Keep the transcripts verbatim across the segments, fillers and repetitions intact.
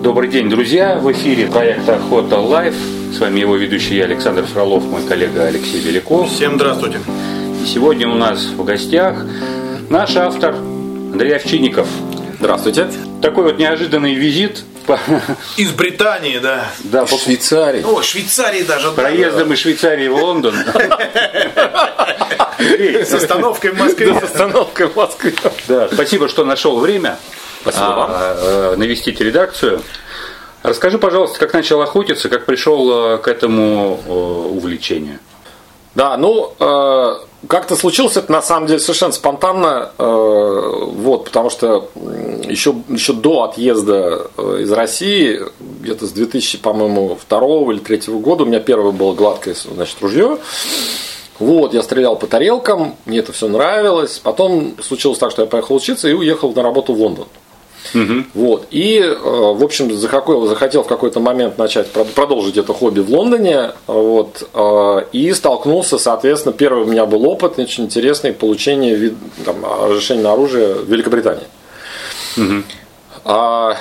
Добрый день, друзья! В эфире проект «Охота Лайв». С вами его ведущий я, Александр Фролов, мой коллега Алексей Беляков. Всем здравствуйте! И сегодня у нас в гостях наш автор Андрей Овчинников. Здравствуйте! Такой вот неожиданный визит. Из Британии, да. Да, по Швейцарии. О, Швейцарии даже. Проездом да. из Швейцарии в Лондон. С остановкой в Москве. С остановкой в Москве. Да, спасибо, что нашел время. Спасибо вам. Навестить редакцию. Расскажи, пожалуйста, как начал охотиться, как пришел к этому увлечению. Да, ну, э, как-то случилось это на самом деле совершенно спонтанно, э, вот, потому что еще, еще до отъезда из России, где-то с две тысячи, по-моему, второго или третьего года, у меня первое было гладкое, значит, ружье. Вот, я стрелял по тарелкам, мне это все нравилось. Потом случилось так, что я поехал учиться и уехал на работу в Лондон. Угу. Вот. И, в общем, захотел, захотел в какой-то момент начать продолжить это хобби в Лондоне. Вот, и столкнулся, соответственно, первый у меня был опыт очень интересный получение вид, там, разрешения на оружие в Великобритании. Угу. А,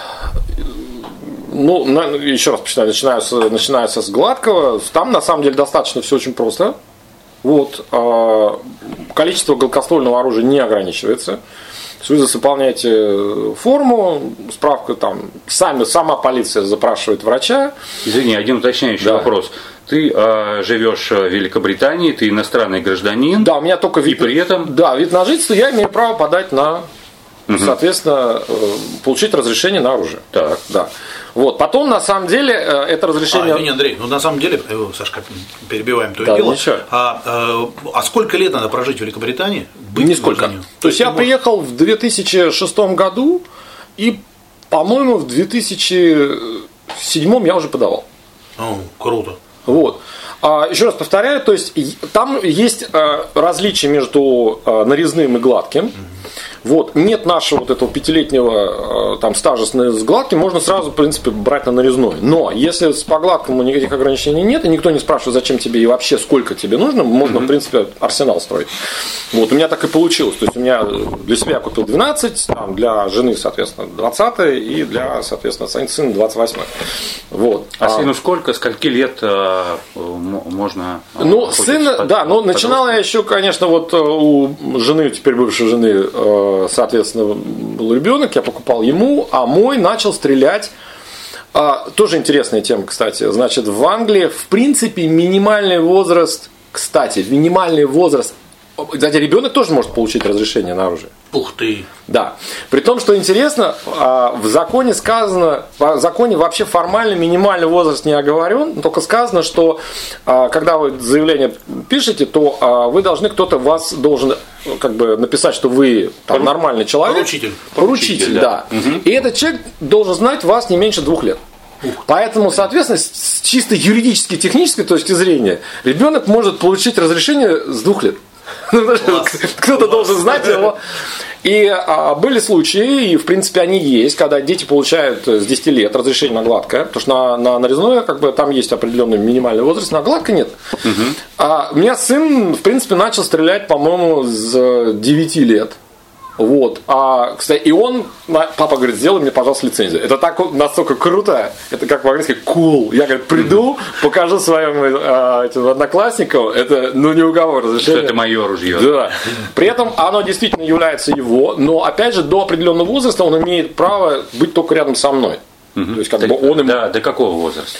ну, на, еще раз почитаю, начинается, начинается с гладкого. Там на самом деле достаточно все очень просто. Вот, а, количество гладкоствольного оружия не ограничивается. Вы заполняете форму, справка там, сами, сама полиция запрашивает врача. Извини, один уточняющий да. вопрос. Ты э, живешь в Великобритании, ты иностранный гражданин. Да, у меня только вид, и при этом... да, вид на жительство, я имею право подать на, угу. соответственно, получить разрешение на оружие. Так. Да. Вот. Потом, на самом деле, это разрешение... А, извини, Андрей, ну на самом деле, Сашка, перебиваем то да, дело. А, а, а сколько лет надо прожить в Великобритании? Нисколько. То, То есть я можешь... приехал в две тысячи шестом году, и, по-моему, в две тысячи седьмом я уже подавал. О, круто. Вот. А, еще раз повторяю, то есть там есть а, различия между а, нарезным и гладким. Угу. Вот. Нет нашего вот этого пятилетнего там, стажа с гладким, можно сразу, в принципе, брать на нарезной. Но если с по гладкому никаких ограничений нет, и никто не спрашивает, зачем тебе и вообще сколько тебе нужно, можно, mm-hmm. в принципе, арсенал строить. Вот. У меня так и получилось. То есть у меня для себя я купил двенадцать, там, для жены, соответственно, двадцать, и для, соответственно, сына двадцать восемь. Вот. А, а сыну сколько, скольки лет э, можно? Ну, сын, да, но начинал я еще, конечно, вот у жены, теперь бывшей жены, э, соответственно, был ребенок, я покупал ему, а мой начал стрелять. А, тоже интересная тема, кстати. Значит, в Англии, в принципе, минимальный возраст, кстати, минимальный возраст, кстати, ребенок тоже может получить разрешение на оружие. Ух ты! Да. При том, что интересно, в законе сказано, в законе вообще формально минимальный возраст не оговорен, только сказано, что когда вы заявление пишете, то вы должны, кто-то вас должен как бы написать, что вы там, нормальный человек. Поручитель. Поручитель, Поручитель да. да. Угу. И этот человек должен знать вас не меньше двух лет. Поэтому, соответственно, с чисто юридической, технической точки зрения, ребенок может получить разрешение с двух лет. Кто-то должен знать его. И а, были случаи, и в принципе они есть, когда дети получают с десяти лет разрешение на гладкое, потому что на, на нарезное как бы, там есть определенный минимальный возраст, на гладкое нет. Угу. А у меня сын, в принципе, начал стрелять, по-моему, с девяти лет. Вот. А, кстати, и он, папа говорит, сделай мне, пожалуйста, лицензию. Это так настолько круто, это как по-английски cool. Я, говорит, приду, покажу своим а, этим одноклассникам, это, ну, не уговор разрешение. Что это мое ружье. Да. При этом оно действительно является его, но, опять же, до определенного возраста он имеет право быть только рядом со мной. Угу. То есть, как да, бы он ему... Да, до какого возраста?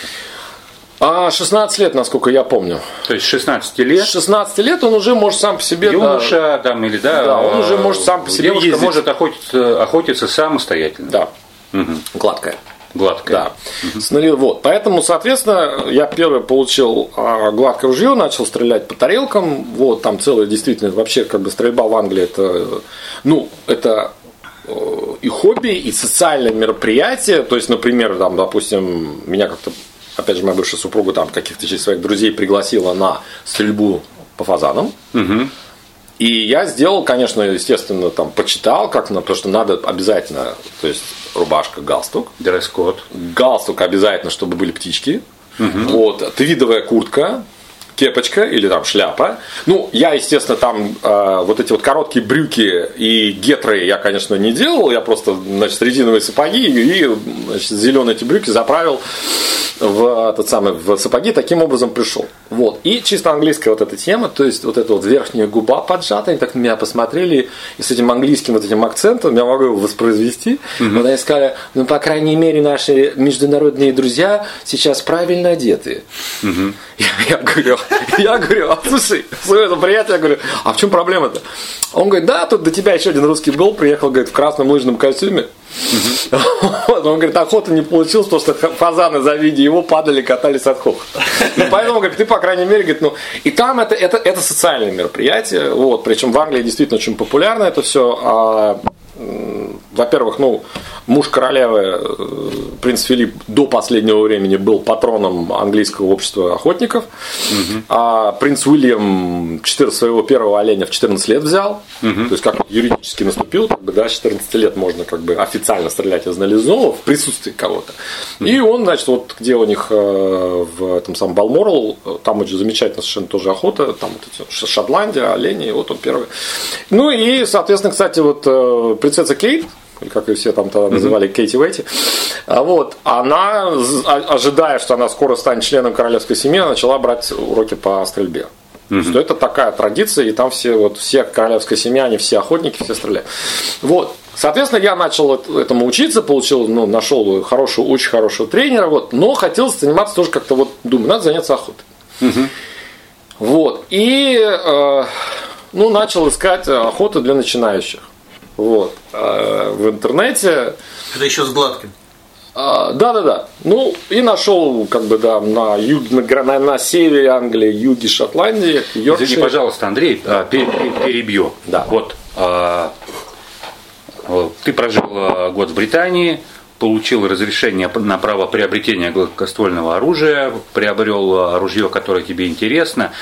А шестнадцать лет, насколько я помню. То есть с шестнадцати лет? С шестнадцати лет он уже может сам по себе... Юноша, да, там, или да, да, он уже может сам по себе девушка ездить. может охотиться, охотиться самостоятельно. Да. Угу. Гладкая. Гладкая. Да. Угу. Вот. Поэтому, соответственно, я первый получил гладкое ружье, начал стрелять по тарелкам. Вот, там целая действительно, вообще, как бы стрельба в Англии, это, ну, это и хобби, и социальное мероприятие. То есть, например, там, допустим, меня как-то, опять же, моя бывшая супруга там каких-то через своих друзей пригласила на стрельбу по фазанам. Угу. И я сделал, конечно, естественно, там почитал, как на то, что надо обязательно, то есть рубашка, галстук. Дресс-код. Галстук обязательно, чтобы были птички. Угу. Вот, твидовая куртка. кепочка или там шляпа. Ну, я, естественно, там э, вот эти вот короткие брюки и гетры я, конечно, не делал. Я просто, значит, резиновые сапоги и, значит, зеленые эти брюки заправил в, этот самый, в сапоги, таким образом пришел. Вот. И чисто английская вот эта тема, то есть вот эта вот верхняя губа поджата, они так на меня посмотрели, и с этим английским вот этим акцентом я могу его воспроизвести. Mm-hmm. Вот они сказали, ну, по крайней мере, наши международные друзья сейчас правильно одеты. Mm-hmm. Я, я говорю, я говорю, а слушай, своему приятелю, я говорю, а в чем проблема-то? Он говорит, да, тут до тебя еще один русский гол приехал, говорит, в красном лыжном костюме. Uh-huh. Вот, он говорит, охота не получилась, потому что фазаны, завидя его, падали, катались от хохота. И поэтому, говорит, ты, по крайней мере, говорит, ну, и там это, это, это социальное мероприятие, вот, причем в Англии действительно очень популярно это все. А, во-первых, ну, муж королевы, принц Филипп, до последнего времени был патроном английского общества охотников. Uh-huh. А принц Уильям своего первого оленя в четырнадцать лет взял. Uh-huh. То есть, как юридически наступил, как бы, да, с четырнадцати лет можно как бы официально стрелять из нализного в присутствии кого-то. Uh-huh. И он, значит, вот где у них в этом самом Балморал, там очень замечательно совершенно тоже охота, там вот эти Шотландия, олени, и вот он первый. Ну и, соответственно, кстати, вот принцесса Кейт, как ее все там тогда называли, mm-hmm. Кейти Уэйти, вот, она, ожидая, что она скоро станет членом королевской семьи, начала брать уроки по стрельбе. Mm-hmm. Что это такая традиция, и там все, вот, все королевская семья, они все охотники, все стреляют. Вот. Соответственно, я начал этому учиться, получил, ну, нашел хорошего, очень хорошего тренера, вот, но хотел заниматься тоже как-то, вот, думаю, надо заняться охотой. Mm-hmm. Вот. И э, ну, начал искать охоту для начинающих. Вот. А в интернете. Это еще с Гладким. А, да, да, да. Ну, и нашел, как бы, да, на юге, на, на севере Англии, юге Шотландии, Йоркшир. Извини, пожалуйста, Андрей, да. перебью. Да. Вот. А, ты прожил год в Британии, получил разрешение на право приобретения гладкоствольного оружия, приобрел ружье, которое тебе интересно.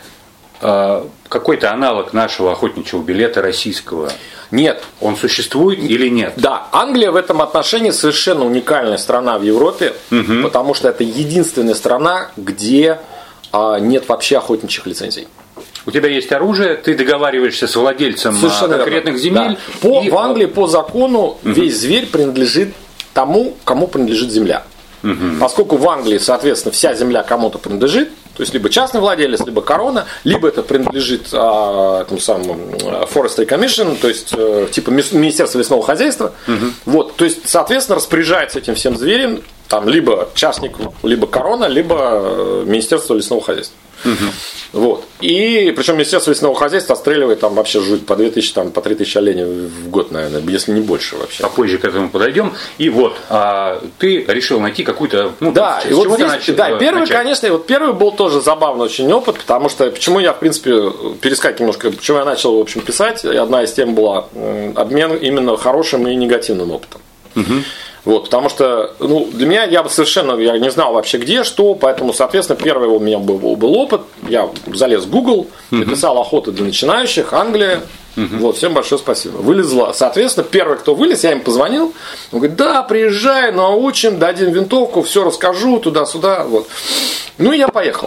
Какой-то аналог нашего охотничьего билета российского? Нет. Он существует или нет? Да, Англия в этом отношении совершенно уникальная страна в Европе, угу. потому что это единственная страна, где а, нет вообще охотничьих лицензий. У тебя есть оружие, ты договариваешься с владельцем совершенно конкретных верно. земель. Да. По, и... В Англии по закону угу. весь зверь принадлежит тому, кому принадлежит земля. Угу. Поскольку в Англии, соответственно, вся земля кому-то принадлежит, то есть либо частный владелец, либо корона, либо это принадлежит а, этому самому Forestry Commission, то есть э, типа Министерство лесного хозяйства. Угу. Вот, то есть, соответственно, распоряжается этим всем зверем там либо частник, либо корона, либо Министерство лесного хозяйства. Угу. Вот. И причем Министерство лесного хозяйства отстреливает там вообще жуть по две тысячи, там, по три тысячи оленей в год, наверное, если не больше вообще. Попозже к этому подойдем. И вот, а, ты решил найти какую-то. Ну, да, и вот здесь, начал, да, первый, начать? конечно, вот первый был тоже забавный очень опыт, потому что почему я, в принципе, перескать немножко, почему я начал, в общем, писать, и одна из тем была обмен именно хорошим и негативным опытом. Угу. Вот, потому что, ну, для меня я бы совершенно я не знал вообще где, что, поэтому, соответственно, первый у меня был, был опыт. Я залез в Google, написал охота для начинающих, Англия. Uh-huh. Вот, всем большое спасибо. Вылезла. Соответственно, первый, кто вылез, я им позвонил. Он говорит, да, приезжай, научим, дадим винтовку, все расскажу, туда-сюда. Вот. Ну, и я поехал.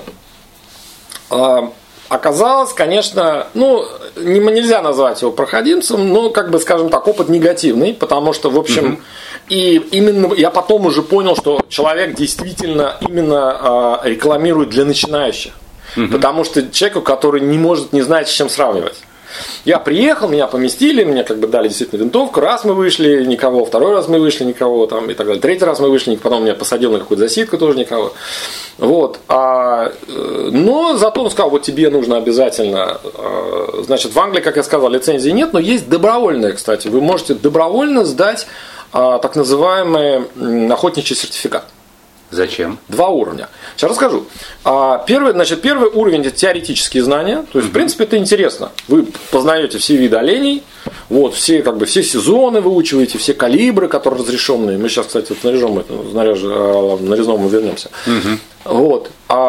А, оказалось, конечно, ну, не, нельзя назвать его проходимцем, но, как бы, скажем так, опыт негативный, потому что, в общем, uh-huh. и именно я потом уже понял, что человек действительно именно э, рекламирует для начинающих. Uh-huh. Потому что человеку, который не может, не знает, с чем сравнивать. Я приехал, меня поместили, мне как бы дали действительно винтовку. Раз мы вышли, никого. Второй раз мы вышли, никого. Там, и так далее. Третий раз мы вышли, потом меня посадил на какую-то засидку, тоже никого. Вот. А, но зато он сказал, вот тебе нужно обязательно. Значит, в Англии, как я сказал, лицензии нет, но есть добровольные, кстати. Вы можете добровольно сдать так называемый охотничий сертификат. Зачем? Два уровня. Сейчас расскажу. Первый, значит, первый уровень – это теоретические знания. То есть, mm-hmm. в принципе, это интересно. Вы познаете все виды оленей, вот, все, как бы, все сезоны выучиваете, все калибры, которые разрешенные. Мы сейчас, кстати, вот нарежем это, нарезном мы вернемся. Mm-hmm. Вот.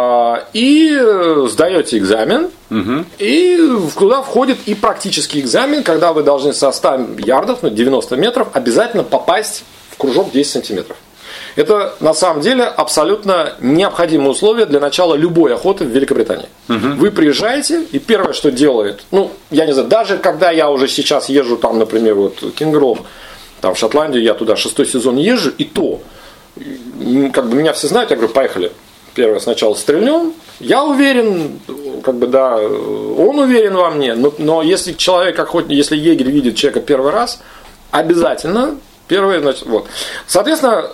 И сдаете экзамен, mm-hmm. и туда входит и практический экзамен, когда вы должны со ста ярдов, ну, девяносто метров, обязательно попасть в кружок десять сантиметров. Это на самом деле абсолютно необходимое условие для начала любой охоты в Великобритании. Угу. Вы приезжаете, и первое, что делает, ну, я не знаю, даже когда я уже сейчас езжу, там, например, вот Кингров, там в Шотландию, я туда шестой сезон езжу, и то, как бы меня все знают, я говорю, поехали. Первое, сначала стрельнем, я уверен, как бы да, он уверен во мне, но, но если человек, охотник, если егерь видит человека первый раз, обязательно, первое, значит, вот. Соответственно,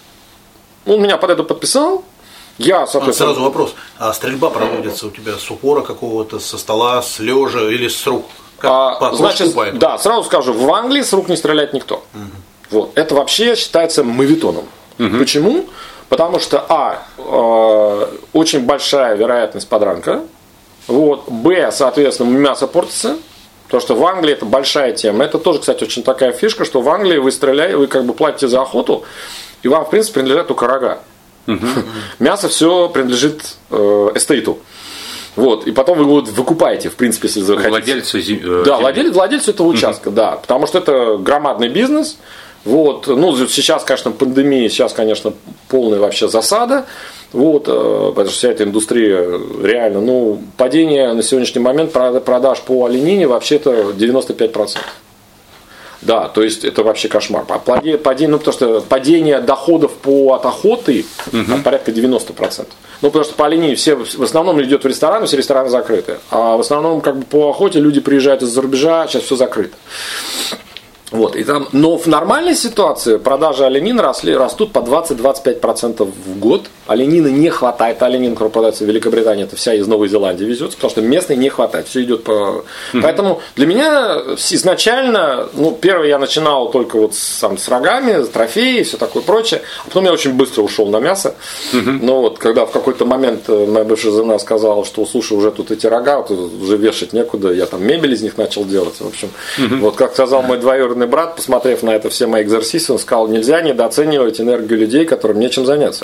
он меня под это подписал, я, соответственно... А, сразу вопрос, а стрельба проводится у тебя с упора какого-то, со стола, с лежа или с рук? Как, а, по значит, поэтому? да, сразу скажу, в Англии с рук не стреляет никто. Угу. Вот. Это вообще считается моветоном. Угу. Почему? Потому что, а, э, очень большая вероятность подранка, вот, б, соответственно, мясо портится, потому что в Англии это большая тема. Это тоже, кстати, очень такая фишка, что в Англии вы стреляете, вы как бы платите за охоту, и вам, в принципе, принадлежат только рога. Угу. Мясо все принадлежит э, эстейту. Вот, и потом вы его выкупаете, в принципе, если захотите. Владельцу земли. Да, владелец, владельцу этого участка, угу. Да, потому что это громадный бизнес. Вот, ну, сейчас, конечно, пандемия, сейчас, конечно, полная вообще засада. Вот, потому что вся эта индустрия реально, ну, падение на сегодняшний момент продаж по оленине вообще это девяносто пять процентов. Да, то есть это вообще кошмар. Падение, падение, ну, потому что падение доходов по, от охоты угу. порядка девяносто процентов. Ну, потому что по оленине все в основном идет в рестораны, все рестораны закрыты. А в основном как бы по охоте люди приезжают из-за рубежа, сейчас все закрыто. Вот, и там, но в нормальной ситуации продажи оленины росли, растут по двадцать-двадцать пять процентов в год. Оленины не хватает, оленин, который продается в Великобритании, это вся из Новой Зеландии везется, потому что местной не хватает, все идет по... Mm-hmm. Поэтому для меня изначально, ну, первое я начинал только вот сам с рогами, трофеи, все такое прочее, а потом я очень быстро ушел на мясо. Mm-hmm. Но вот когда в какой-то момент моя бывшая жена сказала, что, слушай, уже тут эти рога, тут уже вешать некуда, я там мебель из них начал делать, в общем. Mm-hmm. Вот как сказал мой двоюродный брат, посмотрев на это все мои экзерсисы, он сказал, нельзя недооценивать энергию людей, которым нечем заняться.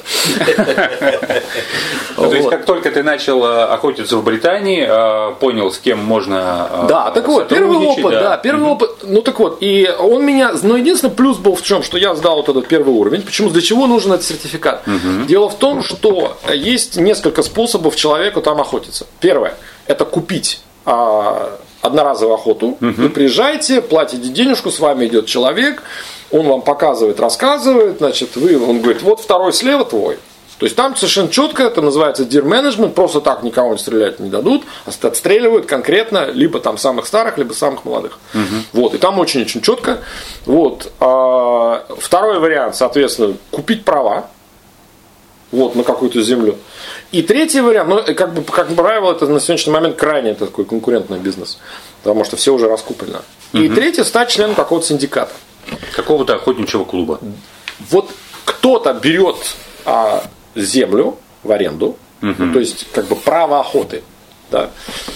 То есть, как только ты начал охотиться в Британии, понял, с кем можно. Да, так вот, первый опыт, да, первый опыт. Ну так вот, и он меня, но единственный плюс был в чем, что я сдал вот этот первый уровень. Почему? Для чего нужен этот сертификат? Дело в том, что есть несколько способов человеку там охотиться. Первое, это купить одноразовую охоту. Uh-huh. Вы приезжаете, платите денежку, с вами идет человек, он вам показывает, рассказывает, значит, вы, он говорит, вот второй слева твой. То есть там совершенно четко, это называется deer management, просто так никого не стрелять не дадут, а отстреливают конкретно либо там самых старых, либо самых молодых. Uh-huh. Вот, и там очень-очень четко. Вот. А, второй вариант, соответственно, купить права. Вот, на какую-то землю. И третий вариант, ну, как бы, как правило, это на сегодняшний момент крайне такой конкурентный бизнес, потому что все уже раскуплено. Угу. И третий, стать членом какого-то синдиката. Какого-то охотничьего клуба. Вот кто-то берет а, землю в аренду, угу. ну, то есть, как бы, право охоты. Да.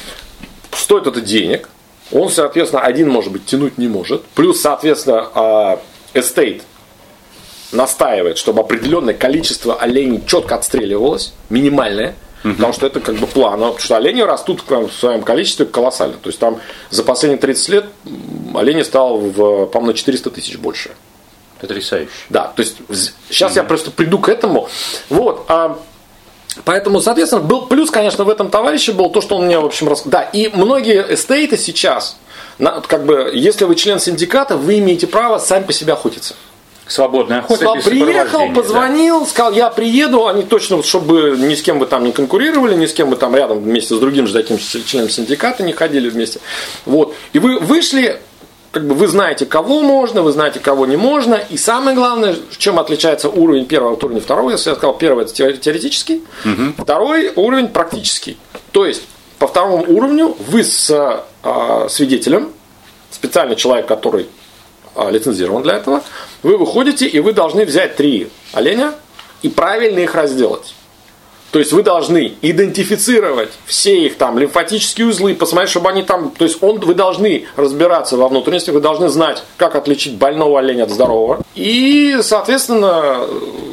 Стоит это денег. Он, соответственно, один, может быть, тянуть не может. Плюс, соответственно, а, эстейт настаивает, чтобы определенное количество оленей четко отстреливалось, минимальное, угу. потому что это как бы план, потому что олени растут в своем количестве колоссально. То есть там за последние тридцать лет оленей стало, в, по-моему, на четыреста тысяч больше. Потрясающе. Да, то есть сейчас угу. я просто приду к этому. Вот, а, поэтому, соответственно, был плюс, конечно, в этом товарище был то, что он мне, в общем, рассказал. Да, и многие эстейты сейчас, как бы, если вы член синдиката, вы имеете право сами по себе охотиться. Свободная охота. Приехал, позвонил, да. сказал, я приеду, они точно, чтобы ни с кем вы там не конкурировали, ни с кем вы там рядом вместе с другим же таким членом синдиката не ходили вместе. Вот. И вы вышли, как бы вы знаете, кого можно, вы знаете, кого не можно. И самое главное, чем отличается уровень первого от уровня второго, если я сказал, первый это теоретический, угу. второй уровень практический. То есть по второму уровню вы с а, свидетелем, специальный человек, который лицензирован для этого, вы выходите и вы должны взять три оленя и правильно их разделать. То есть вы должны идентифицировать все их там лимфатические узлы, посмотреть, чтобы они там, то есть он, вы должны разбираться во внутренности, вы должны знать, как отличить больного оленя от здорового. И, соответственно,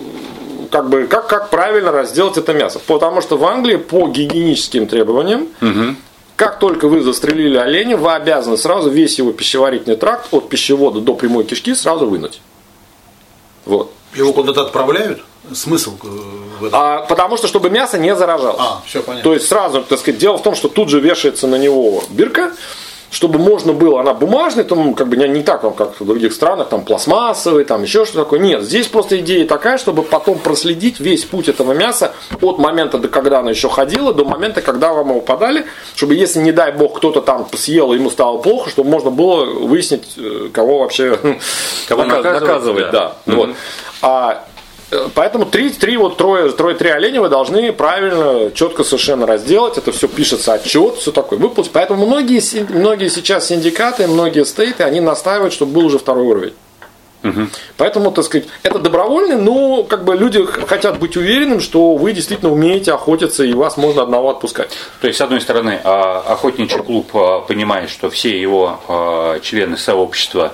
как бы, как, как правильно разделать это мясо. Потому что в Англии по гигиеническим требованиям угу. как только вы застрелили оленя, вы обязаны сразу весь его пищеварительный тракт от пищевода до прямой кишки сразу вынуть. Вот. Его куда-то отправляют? Смысл в этом? А, потому что, чтобы мясо не заражалось. А, все понятно. То есть сразу, так сказать, дело в том, что тут же вешается на него бирка, чтобы можно было, она бумажная, там как бы не, не так, как в других странах, там пластмассовый, там еще что-то такое. Нет, здесь просто идея такая, чтобы потом проследить весь путь этого мяса от момента, до когда оно еще ходило, до момента, когда вам его подали, чтобы если, не дай бог, кто-то там съел, ему стало плохо, чтобы можно было выяснить, кого вообще кого наказывать. наказывать да. Да. Mm-hmm. Вот. А Поэтому три, три, вот трое, трое, три оленя вы должны правильно, четко совершенно разделать. Это все пишется отчет, все такое выплатить. Поэтому многие, многие сейчас синдикаты, многие стейты, они настаивают, чтобы был уже второй уровень. Угу. Поэтому, так сказать, это добровольно, но как бы люди хотят быть уверенными, что вы действительно умеете охотиться и вас можно одного отпускать. То есть, с одной стороны, охотничий клуб понимает, что все его члены сообщества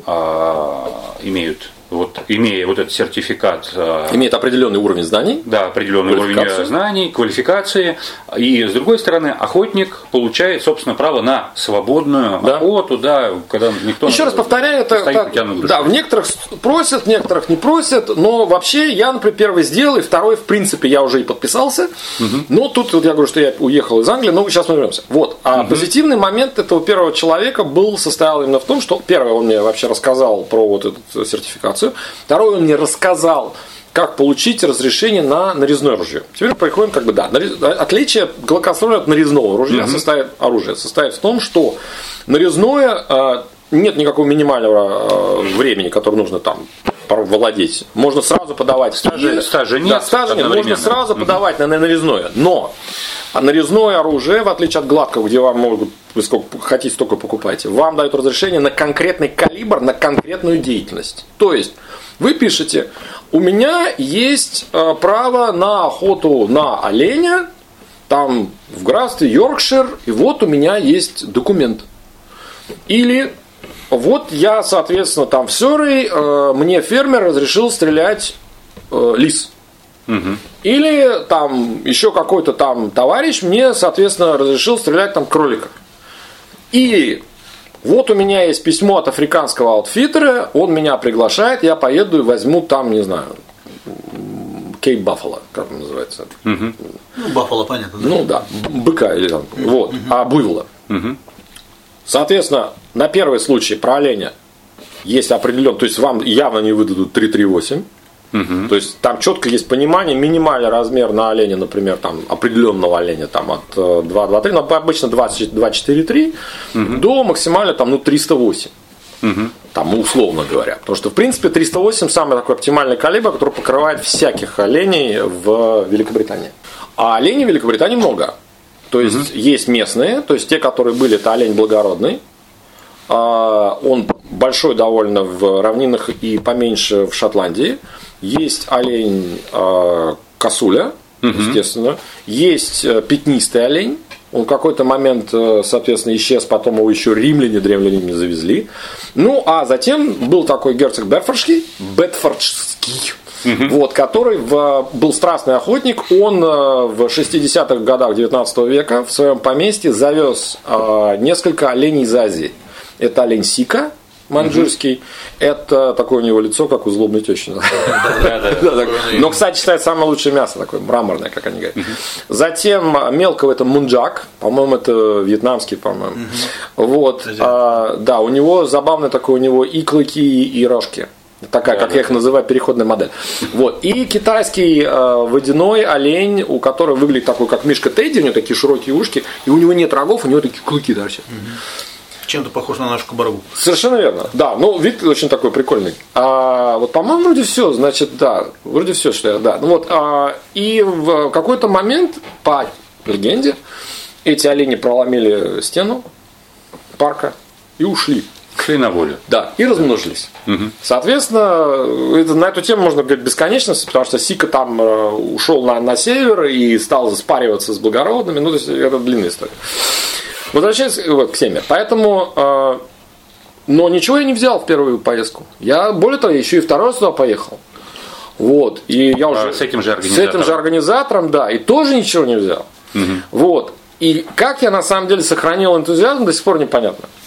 имеют, вот, имея вот этот сертификат, имеет определенный уровень знаний, да, определенный уровень знаний, квалификации, и с другой стороны, охотник получает, собственно, право на свободную да. охоту, да, когда никто. Еще раз повторяю, это так, да, в некоторых просят, в некоторых не просят, но вообще я, например, первый сделал, и второй, в принципе, я уже и подписался, угу. но тут вот я говорю, что я уехал из Англии, но сейчас мы вернемся. Вот, а угу. позитивный момент этого первого человека был состоял именно в том, что первый он мне вообще рассказал про вот эту сертификацию. Второй он мне рассказал, как получить разрешение на нарезное ружье. Теперь приходим, как бы, да, отличие гладкоствольного от нарезного ружья mm-hmm. состоит, оружия состоит в том, что нарезное нет никакого минимального времени, которое нужно там владеть. Можно сразу подавать. Стажи, стажи нет. Да, стажи нет. Можно сразу mm-hmm. подавать на нарезное. Но нарезное оружие, в отличие от гладкого, где вам могут, вы сколько хотите, столько покупайте, вам дают разрешение на конкретный калибр, на конкретную деятельность. То есть, вы пишете, у меня есть э, право на охоту на оленя, там в графстве Йоркшир, и вот у меня есть документ. Или вот я, соответственно, там в Сёррей, э, мне фермер разрешил стрелять э, лис. Угу. Или там еще какой-то там товарищ мне, соответственно, разрешил стрелять там кролика. И вот у меня есть письмо от африканского аутфиттера, он меня приглашает, я поеду и возьму там, не знаю, Кейп Баффало, как он называется. Угу. Ну, Баффало, понятно. Да? Ну да, быка или там, угу. вот, а буйвола. Угу. Соответственно, на первый случай про оленя есть определенный, то есть вам явно не выдадут три три восемь. Угу. То есть там четко есть понимание, минимальный размер на оленя, например, там определенного оленя там от два два три, но обычно два четыре три угу. до максимально там, ну, триста восемь. Угу. Там, условно говоря. Потому что, в принципе, триста восемь самый такой оптимальный калибр, который покрывает всяких оленей в Великобритании. А оленей в Великобритании много. То есть угу. есть местные, то есть те, которые были, это олень благородный. Он большой довольно в равнинах и поменьше в Шотландии. Есть олень э, косуля, угу. естественно. Есть э, пятнистый олень. Он в какой-то момент, э, соответственно, исчез, потом его еще римляне, древляне завезли. Ну, а затем был такой герцог Бетфордский, Бетфордский угу. вот, который в, был страстный охотник. Он э, в шестидесятых годах девятнадцатого века в своем поместье завез э, несколько оленей из Азии. Это олень Сика маньчжурский, угу. это такое у него лицо, как у злобной тещи. Но, кстати, считается самое лучшее мясо, такое мраморное, как они говорят. Затем мелкого это мунджак, по-моему, это вьетнамский, по-моему. Вот, да, у него забавно такое, у него и клыки, и рожки. Такая, да, как да, я их называю, переходная модель. Вот. И китайский э, водяной олень, у которого выглядит такой, как Мишка Тедди, у него такие широкие ушки, и у него нет рогов, у него такие клыки торчат. Чем-то похож на нашу кабаргу. Совершенно верно. Да, ну вид очень такой прикольный. А, вот, по-моему, вроде все, значит, да, вроде все, что я, да. Ну, вот, а, и в какой-то момент, по легенде, эти олени проломили стену парка и ушли. Шли на волю. Да, и размножились. Угу. Соответственно, это, на эту тему можно говорить бесконечность, потому что Сика там э, ушел на, на север и стал спариваться с благородными. Ну, то есть, это длинная история. Возвращаясь вот, к теме. Поэтому, э, но ничего я не взял в первую поездку. Я, более того, еще и второй раз туда поехал. Вот. И я уже а с этим же организатором. С этим же организатором, да. И тоже ничего не взял. Угу. Вот. И как я на самом деле сохранил энтузиазм, до сих пор непонятно.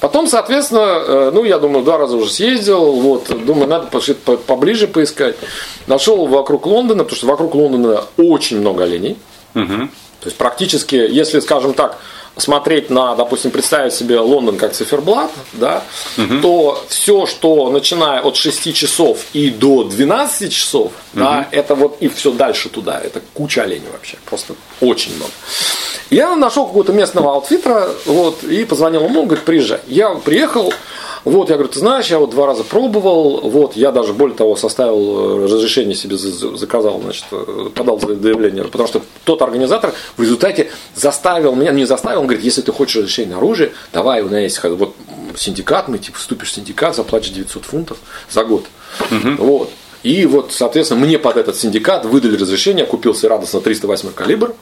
Потом, соответственно, ну, я думаю, два раза уже съездил, вот, думаю, надо поближе поискать. Нашел вокруг Лондона, потому что вокруг Лондона очень много оленей. Угу. То есть, практически, если, скажем так, смотреть на, допустим, представить себе Лондон как циферблат, да, угу. то все, что начиная от шести часов и до двенадцати часов, угу. да, это вот и все дальше туда, это куча оленей вообще, просто очень много. Я нашел какого-то местного аутфитера, вот, и позвонил ему, говорит, приезжай. Я приехал, вот, я говорю, ты знаешь, я вот два раза пробовал, вот, я даже, более того, составил разрешение себе, заказал, значит, подал заявление, потому что тот организатор в результате заставил меня, не заставил, он говорит, если ты хочешь разрешение на оружие, давай, у меня есть вот синдикат, мы, типа, вступишь в синдикат, заплатишь девятьсот фунтов за год, угу. вот. И вот, соответственно, мне под этот синдикат выдали разрешение, я купил себе радостно триста восьмой калибр.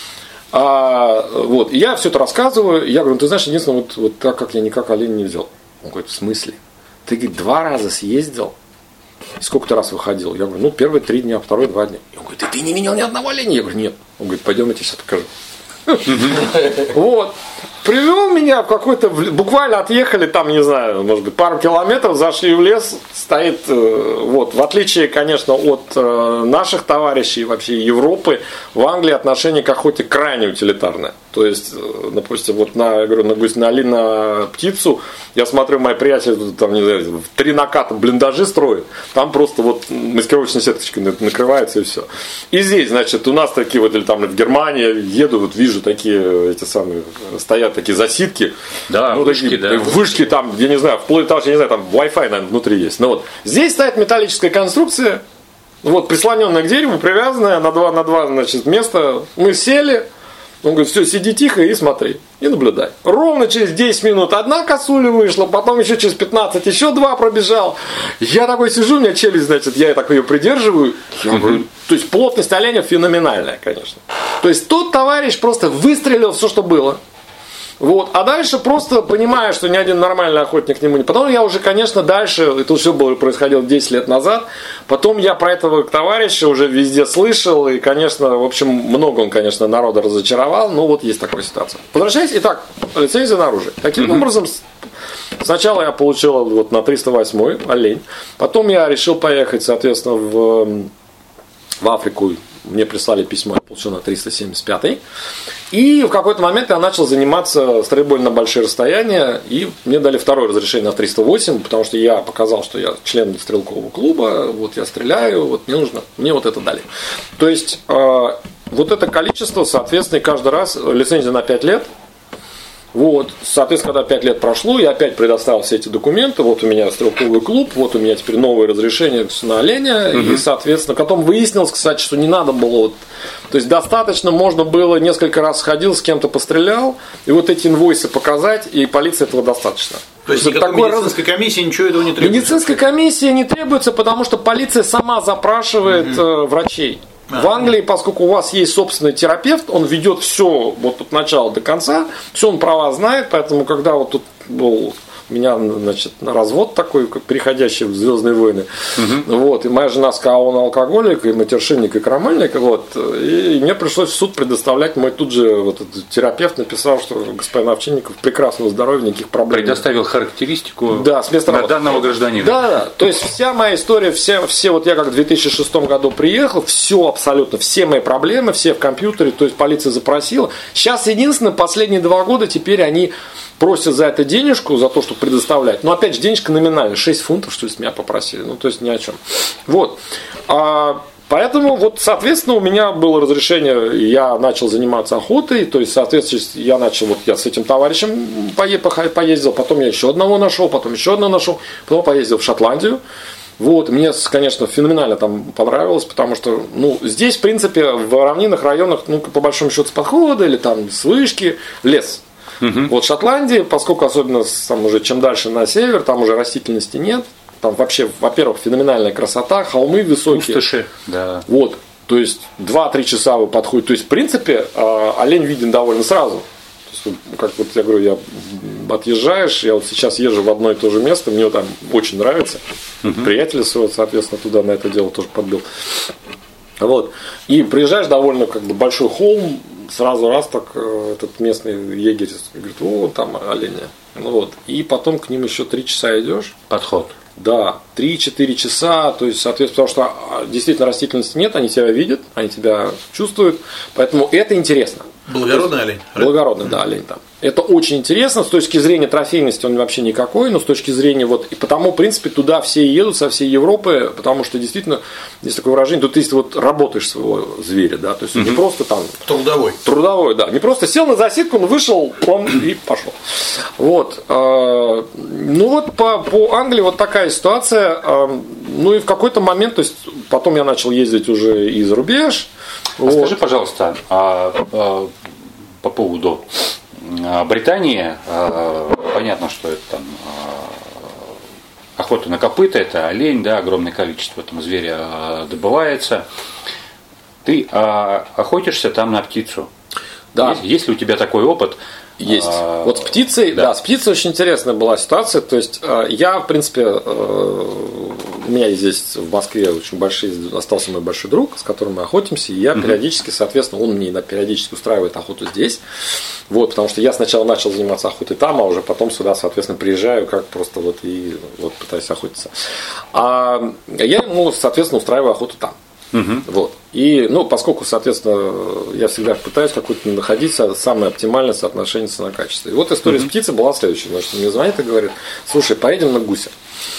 А, вот, и я все это рассказываю, я говорю, ну, ты знаешь, единственное, вот, вот так как я никак олень не взял. Он говорит, в смысле? Ты, говорит, два раза съездил? И сколько ты раз выходил? Я говорю, ну, первые три дня, второй два дня. И он говорит, ты не видел ни одного оленя? Я говорю, нет. Он говорит, пойдем, я тебе сейчас покажу. Вот. Привел меня в какой-то, буквально отъехали там, не знаю, может быть, пару километров, зашли в лес, стоит, вот, в отличие, конечно, от наших товарищей, вообще Европы, в Англии отношение к охоте крайне утилитарное. То есть, допустим, вот на, я говорю, на, на, на птицу, я смотрю, мои приятели там, не знаю, в три наката блиндажи строят, там просто вот маскировочной сеточкой накрывается и все. И здесь, значит, у нас такие вот, или там в Германии еду, вот вижу такие, эти самые, стоят такие засидки, да, ну, вышки, такие, да, вышки там, я не знаю, вплоть до того, что, я не знаю, там Wi-Fi, наверное, внутри есть. Но вот здесь стоит металлическая конструкция, вот, прислоненная к дереву, привязанная на два, на два, значит, места. Мы сели, он говорит, все, сиди тихо и смотри, и наблюдай. Ровно через десять минут одна косуля вышла, потом еще через пятнадцать еще два пробежал. Я такой сижу, у меня челюсть, значит, я так ее придерживаю. Я говорю, то есть плотность оленя феноменальная, конечно. То есть тот товарищ просто выстрелил все, что было. Вот. А дальше просто понимая, что ни один нормальный охотник к нему не... Потом я уже, конечно, дальше, это все было, происходило десять лет назад, потом я про этого товарища уже везде слышал, и, конечно, в общем, много он, конечно, народа разочаровал, но вот есть такая ситуация. Возвращаясь, итак, лицензия на оружие. Таким mm-hmm. образом, сначала я получил вот на триста восьмой олень, потом я решил поехать, соответственно, в, в Африку. Мне прислали письмо, я получил на триста семьдесят пятый. И в какой-то момент я начал заниматься стрельбой на большие расстояния. И мне дали второе разрешение на триста восемь, потому что я показал, что я член стрелкового клуба. Вот я стреляю, вот мне нужно, мне вот это дали. То есть, э, вот это количество, соответственно, каждый раз лицензия на пять лет. Вот, соответственно, когда пять лет прошло, я опять предоставил все эти документы. Вот у меня стрелковый клуб, вот у меня теперь новое разрешение на оленя. Угу. И, соответственно, потом выяснилось, кстати, что не надо было. Вот, то есть достаточно можно было, несколько раз сходил, с кем-то пострелял, и вот эти инвойсы показать, и полиции этого достаточно. То есть никакой медицинской раз... комиссии ничего этого не требуется? Медицинская комиссия не требуется, потому что полиция сама запрашивает угу. врачей. А, в Англии, поскольку у вас есть собственный терапевт, он ведет все вот от начала до конца, все он про вас знает, поэтому когда вот тут был у меня, значит, развод такой, как переходящий в «Звездные войны», угу. вот, и моя жена сказала, он алкоголик, и матершинник, и крамольник, вот, и мне пришлось в суд предоставлять, мой тут же вот этот терапевт написал, что господин Овчинников прекрасного здоровья, никаких проблем. Предоставил характеристику да, с места на данного гражданина. Да, да, то есть вся моя история, все, все вот я как в две тысячи шестом году приехал, все абсолютно, все мои проблемы, все в компьютере, то есть полиция запросила. Сейчас единственное, последние два года теперь они просят за это денежку, за то, что предоставлять. Но опять же, денежка номинальная, шесть фунтов, что ли, с меня попросили. Ну, то есть ни о чем. Вот. А, поэтому, вот, соответственно, у меня было разрешение, я начал заниматься охотой, то есть, соответственно, я начал, вот я с этим товарищем поездил, потом я еще одного нашел, потом еще одного нашел, потом поездил в Шотландию. Вот, мне, конечно, феноменально там понравилось, потому что, ну, здесь, в принципе, в равнинных районах, ну, по большому счету, с подхода или там с вышки, лес. Угу. Вот в Шотландии, поскольку особенно там уже чем дальше на север, там уже растительности нет, там вообще, во-первых, феноменальная красота, холмы высокие. Пустоши, да. Вот, то есть два-три часа вы подходите, то есть в принципе олень виден довольно сразу. То есть, как вот я говорю, я отъезжаешь, я вот сейчас езжу в одно и то же место, мне там очень нравится, угу. Приятеля своего, соответственно, туда на это дело тоже подбил. Вот. И приезжаешь довольно как бы большой холм, сразу раз так э, этот местный егерь говорит, о, там оленя. Ну вот. И потом к ним еще три часа идешь. Подход. Да, три-четыре часа, то есть, соответственно, потому что действительно растительности нет, они тебя видят, они тебя чувствуют, поэтому это интересно. Благородный олень. Благородный, да, олень там. Это очень интересно, с точки зрения трофейности он вообще никакой, но с точки зрения вот, и потому, в принципе, туда все едут со всей Европы, потому что действительно, есть такое выражение, тут ты вот работаешь своего зверя, да, то есть mm-hmm. не просто там... Трудовой. Трудовой, да, не просто сел на засидку, он вышел, он и пошел. Вот. Ну вот по, по Англии вот такая ситуация, ну и в какой-то момент, то есть потом я начал ездить уже и за рубеж. А вот. Скажи, пожалуйста, а, а, по поводу Британии, а, понятно, что это там а, охота на копыта, это олень, да, огромное количество там зверя а, добывается. Ты а, охотишься там на птицу? Да. Есть, есть ли у тебя такой опыт? Есть. А, вот с птицей, да. да, с птицей очень интересная была ситуация. То есть я, в принципе, у меня здесь в Москве очень большой, остался мой большой друг, с которым мы охотимся, и я uh-huh. периодически, соответственно, он мне периодически устраивает охоту здесь. Вот, потому что я сначала начал заниматься охотой там, а уже потом сюда, соответственно, приезжаю, как просто вот и вот пытаюсь охотиться. А я ему, соответственно, устраиваю охоту там. Uh-huh. Вот. И, ну, поскольку, соответственно, я всегда пытаюсь какое-то находить самое оптимальное соотношение цена-качество. И вот история uh-huh. с птицей была следующая. Значит, он мне звонит и говорит, слушай, поедем на гуся.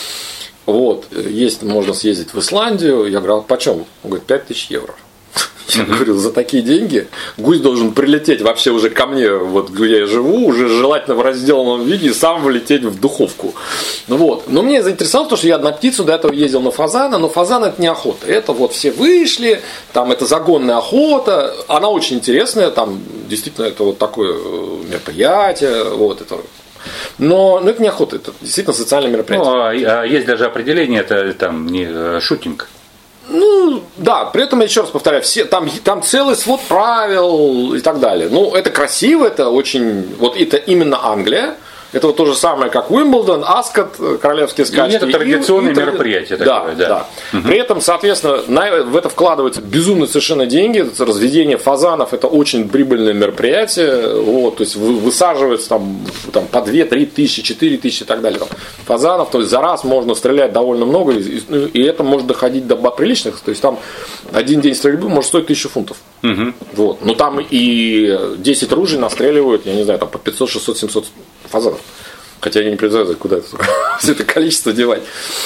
Вот, есть, можно съездить в Исландию. Я говорю, а почем? Он говорит, пять тысяч евро. Я говорю, за такие деньги гусь должен прилететь вообще уже ко мне, вот где я живу, уже желательно в разделанном виде, и сам влететь в духовку. Вот. Но мне заинтересовало, потому что я на птицу до этого ездил на фазана, но фазан это не охота. Это вот все вышли, там это загонная охота, она очень интересная, там действительно это вот такое мероприятие, вот это. Но, но это не охота, это действительно социальное мероприятие. Ну, а есть даже определение, это там не шутинг. Ну, да, при этом, я еще раз повторяю, все, там, там целый свод правил и так далее. Ну, это красиво, это очень, вот это именно Англия. Это вот то же самое, как Уимблдон, Аскот, королевские скачки. И это традиционное и, и, мероприятие да, такое, да. да. Угу. При этом, соответственно, на, в это вкладываются безумные совершенно деньги. Это разведение фазанов, это очень прибыльное мероприятие. Вот, то есть высаживается там, там по две-три тысячи, четыре тысячи и так далее. Там, фазанов, то есть за раз можно стрелять довольно много, и, и это может доходить до приличных. То есть там один день стрельбы может стоить тысячу фунтов. Угу. Вот. Но там и десять ружей настреливают, я не знаю, там по пятьсот, шестьсот, семьсот фазанов. Хотя я не представляю, куда это, все это количество девать.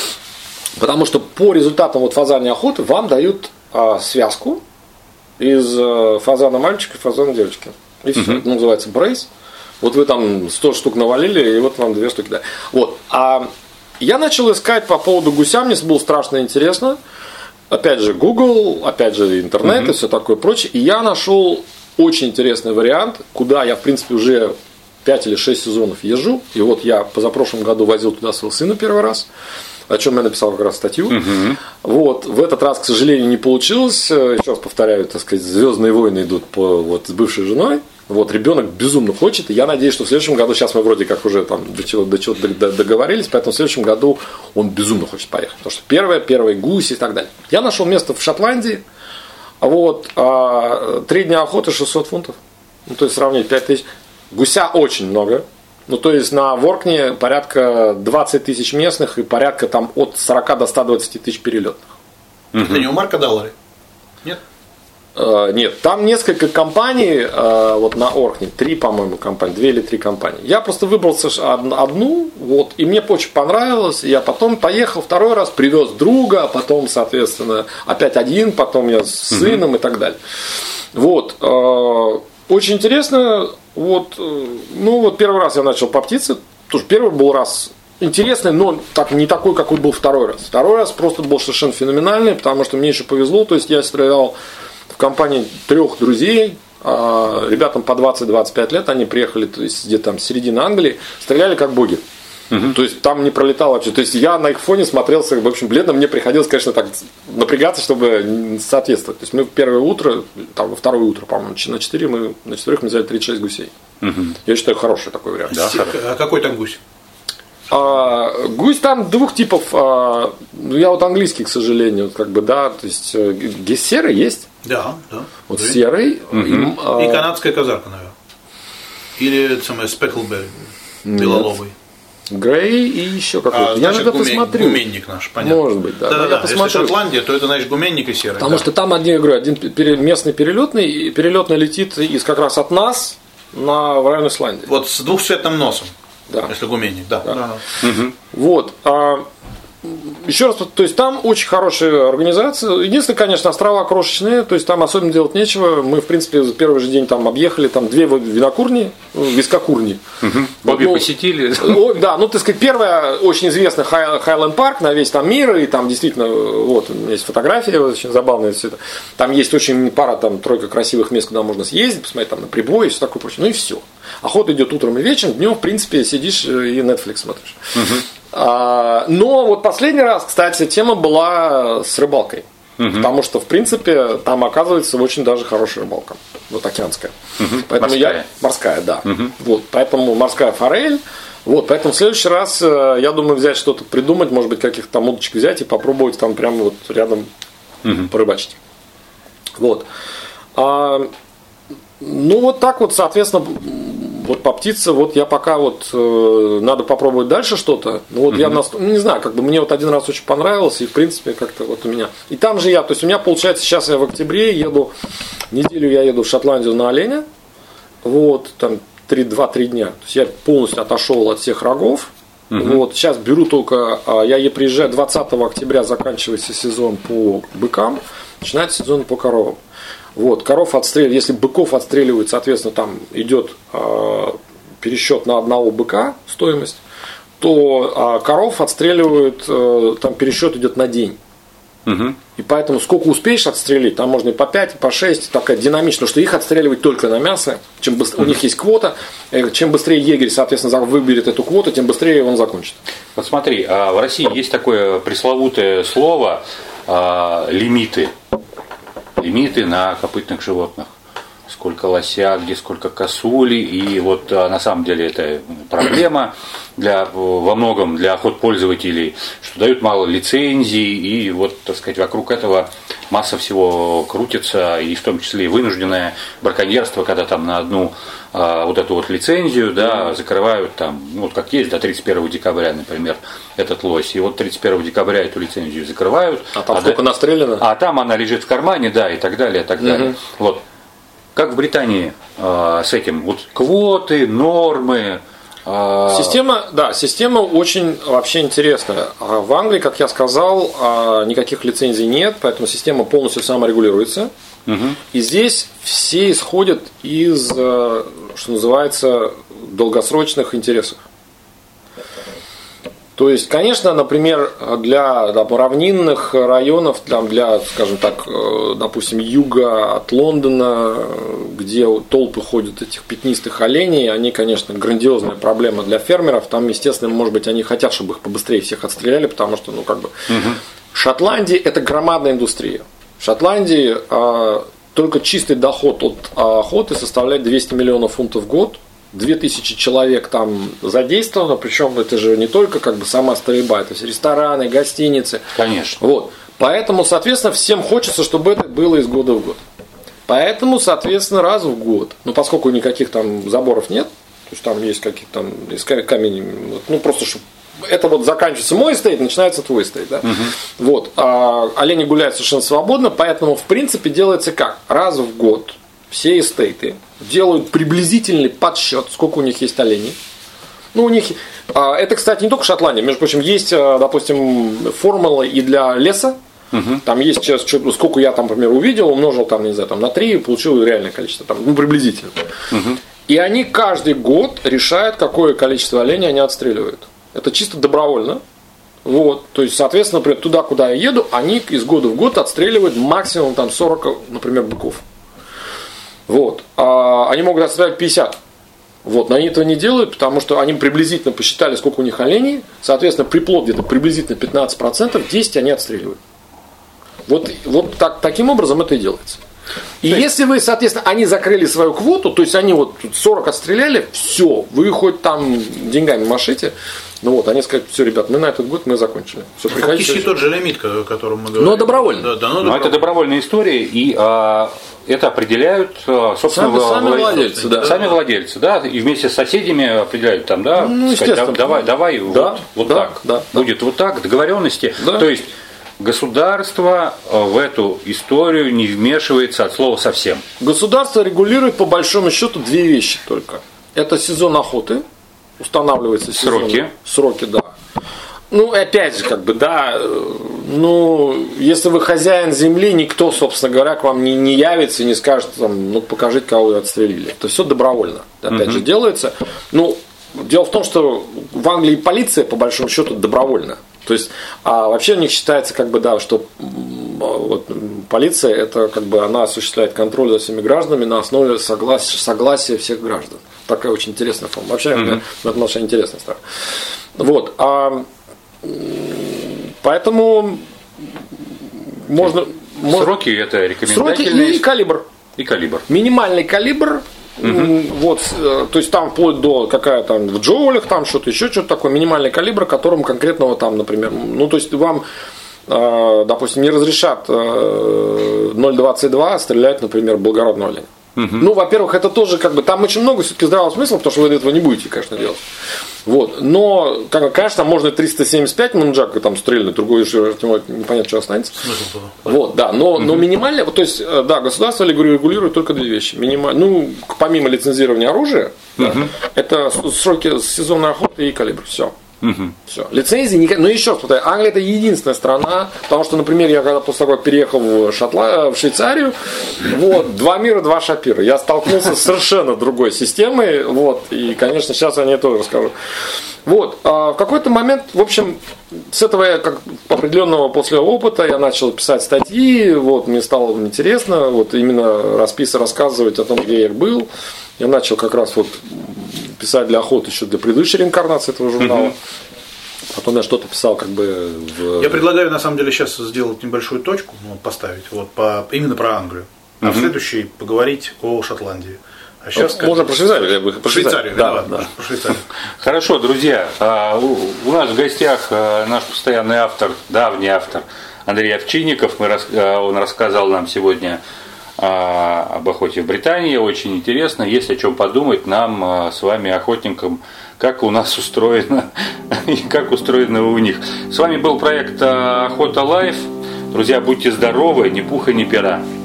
Потому что по результатам вот фазанной охоты вам дают а, связку из а, фазана мальчика и фазана девочки. И все. Uh-huh. Это называется брейс. Вот вы там сто штук навалили, и вот вам две штуки. Да. Вот. А я начал искать по поводу гуся, мне было страшно интересно. Опять же, Google, опять же, интернет uh-huh. и все такое прочее. И я нашел очень интересный вариант, куда я, в принципе, уже пять или шесть сезонов езжу. И вот я позапрошлом году возил туда своего сына первый раз, о чем я написал как раз статью. Uh-huh. Вот. В этот раз, к сожалению, не получилось. Еще раз повторяю, так сказать, «Звездные войны» идут по, вот, с бывшей женой. Вот, ребенок безумно хочет, и я надеюсь, что в следующем году, сейчас мы вроде как уже там до чего, до чего договорились, поэтому в следующем году он безумно хочет поехать. Потому что первое, первый гусь и так далее. Я нашел место в Шотландии, вот, а, три дня охоты шестьсот фунтов. Ну, то есть сравнить пять тысяч. Гуся очень много. Ну, то есть на Воркне порядка двадцать тысяч местных и порядка там от сорока до ста двадцати тысяч перелетных. Это не у Марка Даллари? Нет? Uh, нет, там несколько компаний, uh, вот на Оркне, три, по-моему, компании, две или три компании. Я просто выбрал одну, вот, и мне очень понравилось. Я потом поехал второй раз, привез друга, потом, соответственно, опять один, потом я с сыном uh-huh. и так далее. Вот, uh, очень интересно. Вот, ну вот первый раз я начал по птице, тоже первый был раз интересный, но так, не такой, какой был второй раз. Второй раз просто был совершенно феноменальный, потому что мне еще повезло, то есть я стрелял в компании трех друзей, ребятам по двадцать-двадцать пять лет, они приехали, то есть где-то там середина Англии, стреляли как боги. Uh-huh. То есть там не пролетало вообще. То есть я на их фоне смотрелся, в общем, бледно. Мне приходилось, конечно, так напрягаться, чтобы соответствовать. То есть мы в первое утро, там во второе утро, по-моему, на четыре мы на четырех мы взяли тридцать шесть гусей. Uh-huh. Я считаю, хороший такой вариант. Да, а какой там гусь? А, гусь там двух типов. А, ну, я вот английский, к сожалению, как бы, да, то есть серый есть. Да, да. Вот да. Серый. Угу. И, а... и канадская казарка, наверное. Или это самое спеклберри, белолобый. Грей и еще какой-то. А, я значит, надо гумен, посмотрю. Гуменник наш, понятно. Может быть, да. Да, да, я да. посмотрю. Если Шотландия, то это, значит, гуменник и серый. Потому да. что там, один, я говорю, один местный перелетный, и перелетный летит из как раз от нас на, в район Исландии. Вот с двухцветным носом. Да. Если гуменник, да. да. да. Угу. Вот. А, еще раз, то есть там очень хорошая организация. Единственное, конечно, острова крошечные, то есть там особенно делать нечего. Мы, в принципе, за первый же день там объехали там две винокурни, вискокурни. Угу. Обе ну, посетили. О, да, ну, так сказать, первая очень известная Хайленд парк на весь там мир, и там действительно, вот, у меня есть фотографии, очень забавные все это. Там есть очень пара, там, тройка красивых мест, куда можно съездить, посмотреть там на прибой и все такое прочее. Ну и все. Охота идет утром и вечером, днем, в принципе, сидишь и Netflix смотришь. Угу. А, но вот последний раз, кстати, тема была с рыбалкой. Угу. Потому что, в принципе, там оказывается очень даже хорошая рыбалка. Вот океанская. Угу. Поэтому морская. Я, морская, да. Угу. Вот, поэтому морская форель. Вот, поэтому в следующий раз я думаю взять что-то, придумать, может быть, каких-то там удочек взять и попробовать там прямо вот рядом угу. порыбачить. Вот. А, ну, вот так вот, соответственно, вот по птице, вот я пока вот э, надо попробовать дальше что-то. Ну вот mm-hmm. я нас, не знаю, как бы мне вот один раз очень понравилось, и в принципе как-то вот у меня. И там же я, то есть у меня получается сейчас я в октябре еду, неделю я еду в Шотландию на оленя, вот, там два-три дня. То есть я полностью отошел от всех рогов. Mm-hmm. Вот, сейчас беру только, я приезжаю двадцатого октября, заканчивается сезон по быкам, начинается сезон по коровам. Вот, коров отстреливают, если быков отстреливают, соответственно, там идет э, пересчет на одного быка стоимость, то э, коров отстреливают, э, там пересчет идет на день. Угу. И поэтому сколько успеешь отстрелить, там можно и по пять, и по шесть, такая динамично, что их отстреливать только на мясо, чем быстрее, угу. у них есть квота, чем быстрее егерь, соответственно, выберет эту квоту, тем быстрее он закончит. Вот смотри, в России есть такое пресловутое слово лимиты. Лимиты на копытных животных. Сколько лося, где сколько косули. И вот на самом деле это проблема для, во многом для охотпользователей, что дают мало лицензий. И вот, так сказать, вокруг этого масса всего крутится. И в том числе и вынужденное браконьерство, когда там на одну а, вот эту вот лицензию, да, закрывают там, ну, вот как есть, до тридцать первого декабря, например, этот лось. И вот тридцать первого декабря эту лицензию закрывают. А там а сколько да, настреляно? А там она лежит в кармане, да, и так далее, и так далее. Угу. Вот. Как в Британии э, с этим? Вот квоты, нормы. Э... Система, да, система очень вообще интересная. В Англии, как я сказал, никаких лицензий нет, поэтому система полностью саморегулируется. Угу. И здесь все исходят из, что называется, долгосрочных интересов. То есть, конечно, например, для там, равнинных районов, там, для, скажем так, допустим, юга от Лондона, где толпы ходят этих пятнистых оленей, они, конечно, грандиозная проблема для фермеров. Там, естественно, может быть, они хотят, чтобы их побыстрее всех отстреляли, потому что, ну, как бы, угу. Шотландия – это громадная индустрия. В Шотландии а, только чистый доход от охоты составляет двести миллионов фунтов в год. Две тысячи человек там задействовано, причем это же не только как бы сама стрельба, это все рестораны, гостиницы. Конечно. Вот. Поэтому, соответственно, всем хочется, чтобы это было из года в год. Поэтому, соответственно, раз в год. Ну, поскольку никаких там заборов нет, то есть там есть какие-то там камни, ну просто чтобы это вот заканчивается мой стейт, начинается твой стейт, да? Угу. Вот. А олени гуляют совершенно свободно, поэтому в принципе делается как? Раз в год все эстейты делают приблизительный подсчет, сколько у них есть оленей. Ну, у них это, кстати, не только Шотландия, между прочим, есть, допустим, формулы и для леса. Угу. Там есть сейчас, сколько я там, например, увидел, умножил там, не знаю, там, на три и получил реальное количество, там, ну, приблизительно. Угу. И они каждый год решают, какое количество оленей они отстреливают. Это чисто добровольно. Вот. То есть, соответственно, например, туда, куда я еду, они из года в год отстреливают максимум там, сорок, например, быков. Вот. А они могут отстрелять пятьдесят. Вот. Но они этого не делают, потому что они приблизительно посчитали, сколько у них оленей. Соответственно, приплод где-то приблизительно пятнадцать процентов, десять они отстреливают. Вот, вот так, таким образом это и делается. И то есть, если вы, соответственно, они закрыли свою квоту, то есть они вот сорок отстреляли, все, вы хоть там деньгами машите, Ну вот, они сказали, все, ребят, мы на этот год мы закончили. Все, Фактически тот же лимит, о котором мы говорим. Но добровольно. Да, да, но, но это добровольная история, и а, это определяют, собственно, сами, сами владельцы, владельцы, да. Сами владельцы, да, и вместе с соседями определяют там, да, ну, сказать, да давай, давай, да, вот, вот да, так, да, будет вот так, договоренности. Да. То есть государство в эту историю не вмешивается от слова совсем. Государство регулирует по большому счету две вещи только. Это сезон охоты, устанавливается сезон. Сроки. Сроки, да. Ну, и опять же, как бы, да, ну, если вы хозяин земли, никто, собственно говоря, к вам не, не явится и не скажет, там, ну, покажите, кого вы отстрелили. Это все добровольно, опять uh-huh. же, делается. Ну, дело в том, что в Англии полиция, по большому счету, добровольна. То есть, а вообще у них считается, как бы, да, что вот, полиция, это, как бы, она осуществляет контроль за всеми гражданами на основе согласия, согласия всех граждан. Такая очень интересная форма. Вообще, mm-hmm. это наша интересная сторона. Вот. А, поэтому можно... Сроки можно... это рекомендательные. Сроки и калибр. И калибр. Минимальный калибр. Угу. Вот, то есть там вплоть до какая там в джоулях, там что-то еще, что-то такое, минимальный калибр, которым конкретного там, например, ну то есть вам, допустим, не разрешат ноль двадцать два стрелять, например, благородного оленя. Угу. Ну, во-первых, это тоже как бы там очень много все-таки здравого смысла, потому что вы этого не будете, конечно, делать. Вот. Но, конечно, там можно триста семьдесят пять манджака там стрельнуть, другой уже непонятно, что останется. Вот, да. Но, угу. но минимально, вот, то есть, да, государство регулирует только две вещи. Минималь, ну, помимо лицензирования оружия, угу. да, это сроки сезонной охоты и калибр. Все. Угу. Все. Лицензии никак. Но еще раз, Англия это единственная страна, потому что, например, я когда после того, как переехал в, Шотла... в Швейцарию, вот, два мира, два шапира. Я столкнулся с совершенно другой системой. Вот, и, конечно, сейчас я о ней тоже расскажу. Вот, а в какой-то момент, в общем, с этого я как определенного после опыта я начал писать статьи, вот, мне стало интересно, вот, именно расписывать, рассказывать о том, где я был. Я начал как раз вот писать для охоты еще для предыдущей реинкарнации этого журнала. Mm-hmm. Потом я что-то писал как бы в... Я предлагаю на самом деле сейчас сделать небольшую точку, ну, поставить вот по, именно про Англию, а mm-hmm. в следующей поговорить о Шотландии. А сейчас как... Можно про Швейцарию, я бы про Швейцарию, да, ладно, да. Про Швейцарию. Хорошо, друзья, у нас в гостях наш постоянный автор, давний автор Андрей Овчинников. Он рассказал нам сегодня об охоте в Британии, очень интересно, есть о чем подумать нам с вами, охотникам, как у нас устроено и как устроено у них. С вами был проект Охота Лайф. Друзья, будьте здоровы, ни пуха, ни пера.